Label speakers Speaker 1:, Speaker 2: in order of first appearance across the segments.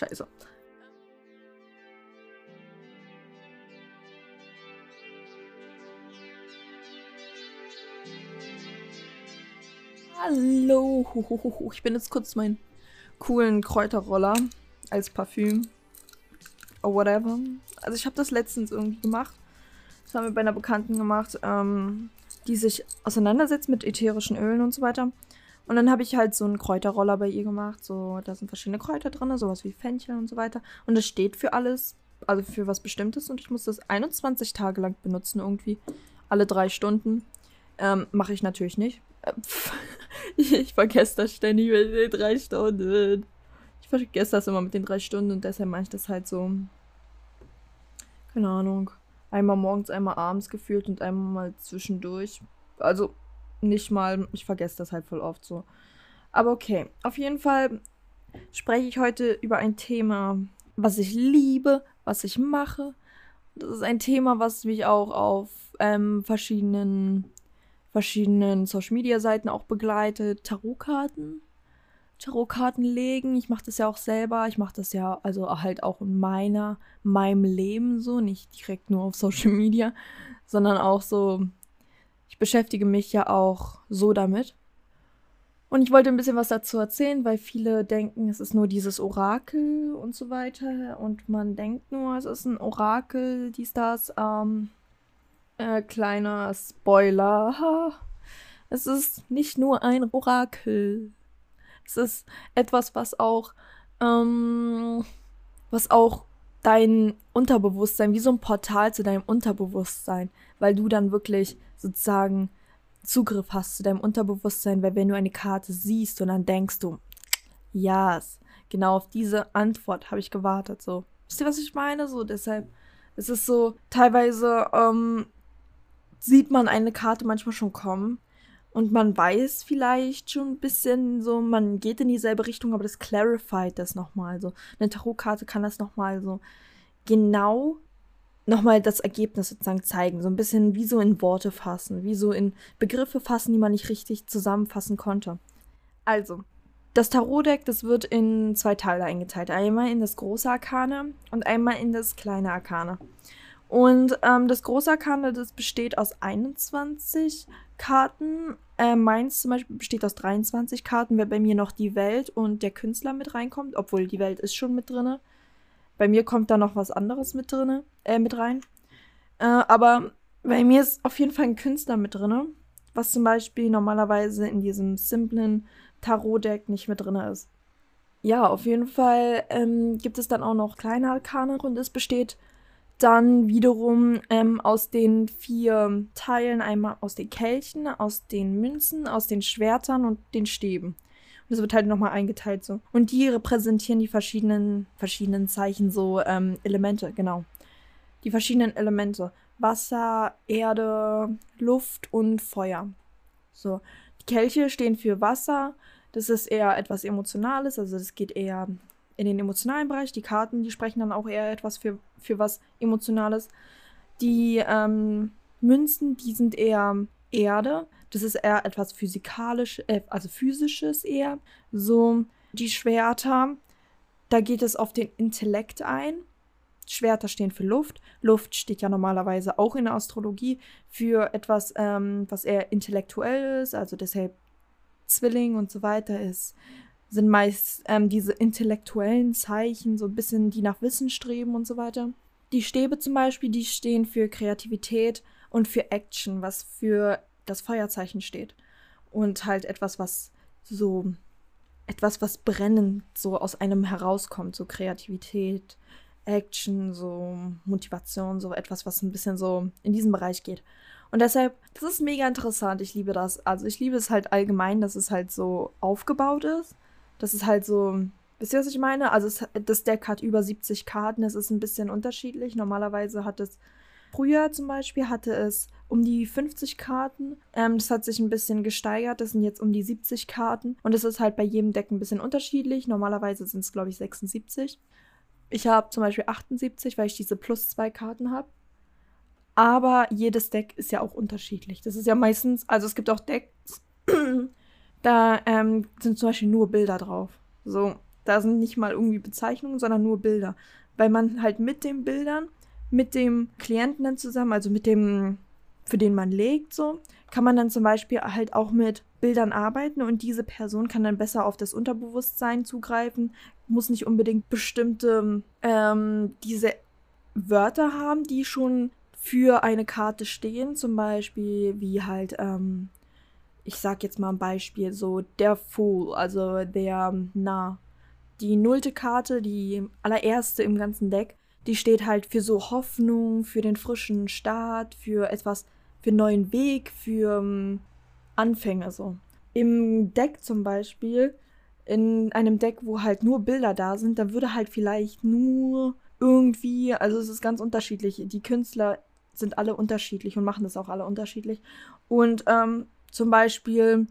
Speaker 1: Scheiße. Hallo. Ich benutze kurz meinen coolen Kräuterroller als Parfüm. Or whatever. Also ich habe das letztens irgendwie gemacht. Das haben wir bei einer Bekannten gemacht, die sich auseinandersetzt mit ätherischen Ölen und so weiter. Und dann habe ich halt so einen Kräuterroller bei ihr gemacht. So, da sind verschiedene Kräuter drin, sowas wie Fenchel und so weiter. Und das steht für alles, also für was Bestimmtes. Und ich muss das 21 Tage lang benutzen irgendwie. Alle 3 Stunden. Mache ich natürlich nicht. Ich vergesse das ständig mit den 3 Stunden. Ich vergesse das immer mit den 3 Stunden und deshalb mache ich das halt so. Keine Ahnung. Einmal morgens, einmal abends gefühlt und einmal mal zwischendurch. Also nicht mal, ich vergesse das halt voll oft so. Aber okay, auf jeden Fall spreche ich heute über ein Thema, was ich liebe, was ich mache. Das ist ein Thema, was mich auch auf verschiedenen Social-Media-Seiten auch begleitet. Tarotkarten legen. Ich mache das ja auch selber. Ich mache das ja also halt auch in meinem Leben so. Nicht direkt nur auf Social Media, sondern auch so, ich beschäftige mich ja auch so damit. Und ich wollte ein bisschen was dazu erzählen, weil viele denken, es ist nur dieses Orakel und so weiter. Und man denkt nur, es ist ein Orakel, dies, das. Kleiner Spoiler. Es ist nicht nur ein Orakel. Es ist etwas, was auch dein Unterbewusstsein, wie so ein Portal zu deinem Unterbewusstsein, weil du dann wirklich sozusagen Zugriff hast zu deinem Unterbewusstsein, weil wenn du eine Karte siehst und dann denkst du, ja, genau auf diese Antwort habe ich gewartet, so. Wisst ihr, was ich meine? So, deshalb, es ist so, teilweise, sieht man eine Karte manchmal schon kommen und man weiß vielleicht schon ein bisschen so, man geht in dieselbe Richtung, aber das clarified das nochmal so. Eine Tarotkarte kann das nochmal so genau nochmal das Ergebnis sozusagen zeigen. So ein bisschen wie so in Worte fassen, wie so in Begriffe fassen, die man nicht richtig zusammenfassen konnte. Also, das Tarotdeck, das wird in 2 Teile eingeteilt. Einmal in das große Arkana und einmal in das kleine Arkana. Und das große Arkana, das besteht aus 21 Karten. Meins zum Beispiel besteht aus 23 Karten, weil bei mir noch die Welt und der Künstler mit reinkommt, obwohl die Welt ist schon mit drin. Bei mir kommt da noch was anderes mit rein. Aber bei mir ist auf jeden Fall ein Künstler mit drin, was zum Beispiel normalerweise in diesem simplen Tarot-Deck nicht mit drin ist. Ja, auf jeden Fall gibt es dann auch noch kleine Arkane und es besteht dann wiederum aus den 4 Teilen, einmal aus den Kelchen, aus den Münzen, aus den Schwertern und den Stäben. Und das wird halt nochmal eingeteilt so. Und die repräsentieren die verschiedenen Zeichen, so Elemente, genau. Die verschiedenen Elemente. Wasser, Erde, Luft und Feuer. So. Die Kelche stehen für Wasser. Das ist eher etwas Emotionales, also das geht eher in den emotionalen Bereich. Die Karten, die sprechen dann auch eher etwas für was Emotionales. Die Münzen, die sind eher Erde. Das ist eher etwas also physisches eher. So, die Schwerter, da geht es auf den Intellekt ein. Schwerter stehen für Luft. Luft steht ja normalerweise auch in der Astrologie für etwas, was eher intellektuell ist, also deshalb Zwilling und so weiter sind meist diese intellektuellen Zeichen, so ein bisschen, die nach Wissen streben und so weiter. Die Stäbe zum Beispiel, die stehen für Kreativität und für Action, was für das Feuerzeichen steht. Und halt etwas, was brennend so aus einem herauskommt, so Kreativität, Action, so Motivation, so etwas, was ein bisschen so in diesen Bereich geht. Und deshalb, das ist mega interessant, ich liebe das. Also ich liebe es halt allgemein, dass es halt so aufgebaut ist. Das ist halt so, wisst ihr, was ich meine? Also das Deck hat über 70 Karten, es ist ein bisschen unterschiedlich. Normalerweise früher zum Beispiel hatte es um die 50 Karten. Das hat sich ein bisschen gesteigert, das sind jetzt um die 70 Karten. Und es ist halt bei jedem Deck ein bisschen unterschiedlich. Normalerweise sind es, glaube ich, 76. Ich habe zum Beispiel 78, weil ich diese plus 2 Karten habe. Aber jedes Deck ist ja auch unterschiedlich. Das ist ja meistens, also es gibt auch Decks, da sind zum Beispiel nur Bilder drauf. So, Da sind nicht mal irgendwie Bezeichnungen, sondern nur Bilder. Weil man halt mit den Bildern, mit dem Klienten dann zusammen, also mit dem, für den man legt, so, kann man dann zum Beispiel halt auch mit Bildern arbeiten und diese Person kann dann besser auf das Unterbewusstsein zugreifen, muss nicht unbedingt bestimmte diese Wörter haben, die schon für eine Karte stehen, zum Beispiel wie halt, ich sag jetzt mal ein Beispiel, so der Fool, also der Narr. Die nullte Karte, die allererste im ganzen Deck, die steht halt für so Hoffnung, für den frischen Start, für etwas, für einen neuen Weg, für Anfänge so. Im Deck zum Beispiel, in einem Deck, wo halt nur Bilder da sind, da würde halt vielleicht nur irgendwie, also es ist ganz unterschiedlich. Die Künstler sind alle unterschiedlich und machen das auch alle unterschiedlich. Und zum Beispiel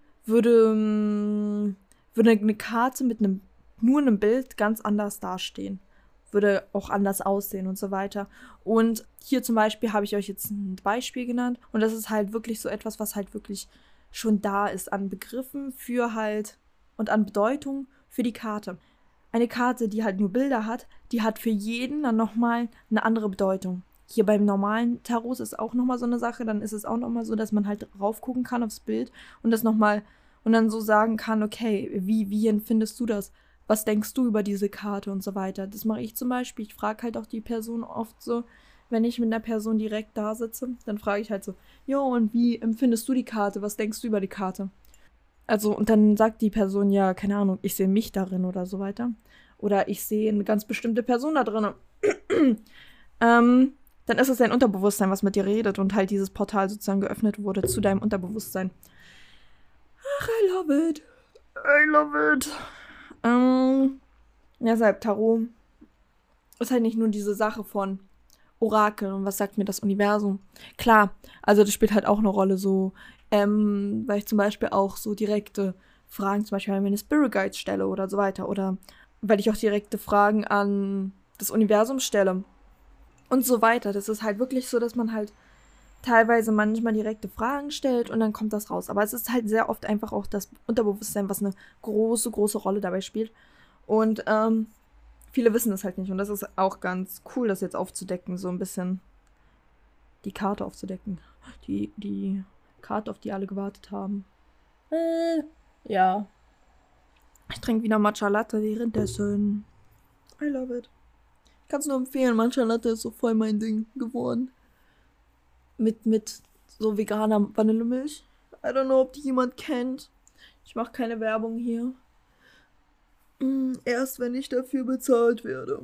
Speaker 1: würde eine Karte mit nur einem Bild ganz anders dastehen. Würde auch anders aussehen und so weiter. Und hier zum Beispiel habe ich euch jetzt ein Beispiel genannt. Und das ist halt wirklich so etwas, was halt wirklich schon da ist an Begriffen für halt und an Bedeutung für die Karte. Eine Karte, die halt nur Bilder hat, die hat für jeden dann nochmal eine andere Bedeutung. Hier beim normalen Tarot ist auch nochmal so eine Sache, dann ist es auch nochmal so, dass man halt raufgucken kann aufs Bild und das nochmal und dann so sagen kann, okay, wie empfindest du das? Was denkst du über diese Karte und so weiter? Das mache ich zum Beispiel. Ich frage halt auch die Person oft so, wenn ich mit einer Person direkt da sitze, dann frage ich halt so, jo, und wie empfindest du die Karte? Was denkst du über die Karte? Also, und dann sagt die Person, ja, keine Ahnung, ich sehe mich darin oder so weiter. Oder ich sehe eine ganz bestimmte Person da drin. Dann ist es dein Unterbewusstsein, was mit dir redet und halt dieses Portal sozusagen geöffnet wurde zu deinem Unterbewusstsein. Ach, I love it. I love it. Deshalb Tarot ist halt nicht nur diese Sache von Orakel und was sagt mir das Universum. Klar, also das spielt halt auch eine Rolle so, weil ich zum Beispiel auch so direkte Fragen zum Beispiel an meine Spirit Guides stelle oder so weiter oder weil ich auch direkte Fragen an das Universum stelle und so weiter. Das ist halt wirklich so, dass man halt teilweise manchmal direkte Fragen stellt und dann kommt das raus. Aber es ist halt sehr oft einfach auch das Unterbewusstsein, was eine große, große Rolle dabei spielt. Und viele wissen das halt nicht. Und das ist auch ganz cool, das jetzt aufzudecken, so ein bisschen die Karte aufzudecken. Die Karte, auf die alle gewartet haben. Ja. Ich trinke wieder Matcha Latte währenddessen. I love it. Ich kann es nur empfehlen, Matcha Latte ist so voll mein Ding geworden. Mit so veganer Vanillemilch. I don't know, ob die jemand kennt. Ich mache keine Werbung hier. Erst wenn ich dafür bezahlt werde.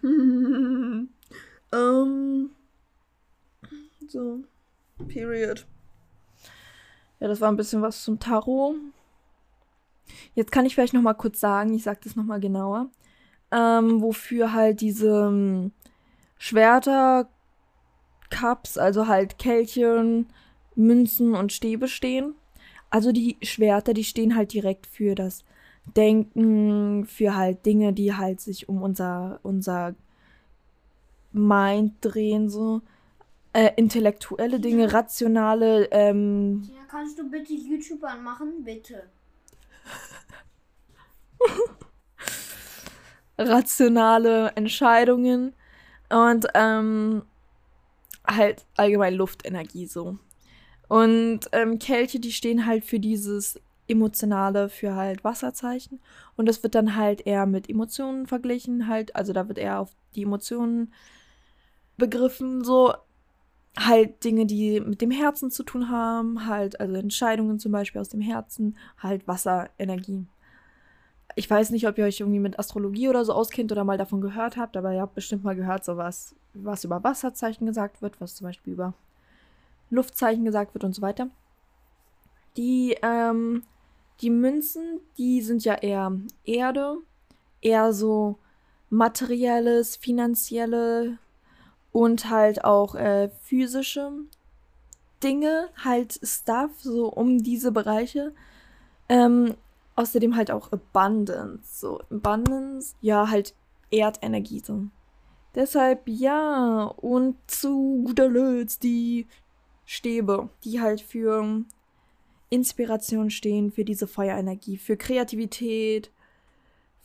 Speaker 1: So. Period. Ja, das war ein bisschen was zum Tarot. Jetzt kann ich vielleicht noch mal kurz sagen, ich sag das noch mal genauer, wofür halt diese Schwerter, Cups, also halt Kelchen, Münzen und Stäbe stehen. Also die Schwerter, die stehen halt direkt für das Denken, für halt Dinge, die halt sich um unser Mind drehen, so. Intellektuelle Dinge, rationale,
Speaker 2: Ja, kannst du bitte YouTube anmachen? Bitte.
Speaker 1: rationale Entscheidungen und halt allgemein Luftenergie so. Und Kelche, die stehen halt für dieses Emotionale, für halt Wasserzeichen. Und das wird dann halt eher mit Emotionen verglichen, halt, also da wird eher auf die Emotionen begriffen, so halt Dinge, die mit dem Herzen zu tun haben, halt, also Entscheidungen zum Beispiel aus dem Herzen, halt Wasserenergie. Ich weiß nicht, ob ihr euch irgendwie mit Astrologie oder so auskennt oder mal davon gehört habt, aber ihr habt bestimmt mal gehört, so was über Wasserzeichen gesagt wird, was zum Beispiel über Luftzeichen gesagt wird und so weiter. Die Münzen, die sind ja eher Erde, eher so materielles, finanzielle und halt auch physische Dinge, halt Stuff, so um diese Bereiche. Außerdem halt auch Abundance, so Abundance, ja, halt Erdenergie, so. Deshalb, ja, und zu guter Letzt die Stäbe, die halt für Inspiration stehen, für diese Feuerenergie, für Kreativität,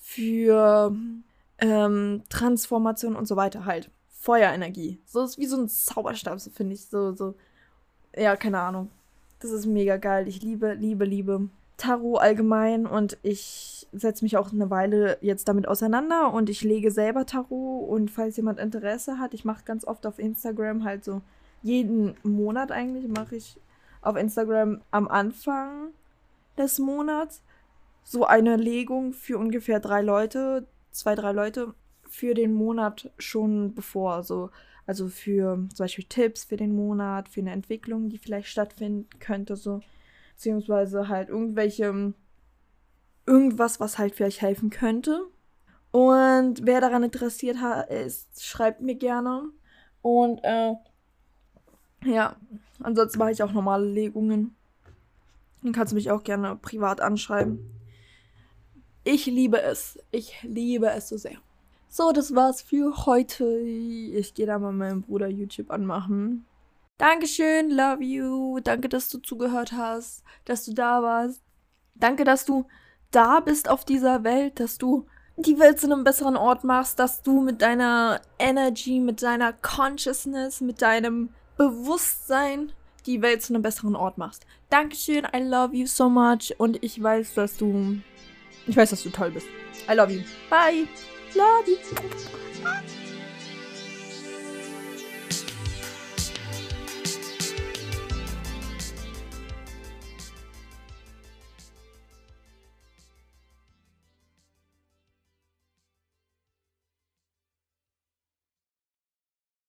Speaker 1: für Transformation und so weiter halt. Feuerenergie. So ist wie so ein Zauberstab, so finde ich. So, ja, keine Ahnung. Das ist mega geil. Ich liebe Tarot allgemein und ich setze mich auch eine Weile jetzt damit auseinander und ich lege selber Tarot und falls jemand Interesse hat, ich mache ganz oft auf Instagram halt so, jeden Monat eigentlich mache ich auf Instagram am Anfang des Monats so eine Legung für ungefähr 3 Leute, 2, 3 Leute für den Monat schon bevor. Also für zum Beispiel Tipps für den Monat, für eine Entwicklung, die vielleicht stattfinden könnte, so. Beziehungsweise halt irgendwas, was halt vielleicht helfen könnte. Und wer daran interessiert ist, schreibt mir gerne. Und ja, ansonsten mache ich auch normale Legungen. Dann kannst du mich auch gerne privat anschreiben. Ich liebe es. Ich liebe es so sehr. So, das war's für heute. Ich gehe da mal meinem Bruder YouTube anmachen. Dankeschön, love you. Danke, dass du zugehört hast, dass du da warst. Danke, dass du da bist auf dieser Welt, dass du die Welt zu einem besseren Ort machst, dass du mit deiner Energy, mit deiner Consciousness, mit deinem Bewusstsein die Welt zu einem besseren Ort machst. Dankeschön, I love you so much und ich weiß, dass du toll bist. I love you. Bye. Love you.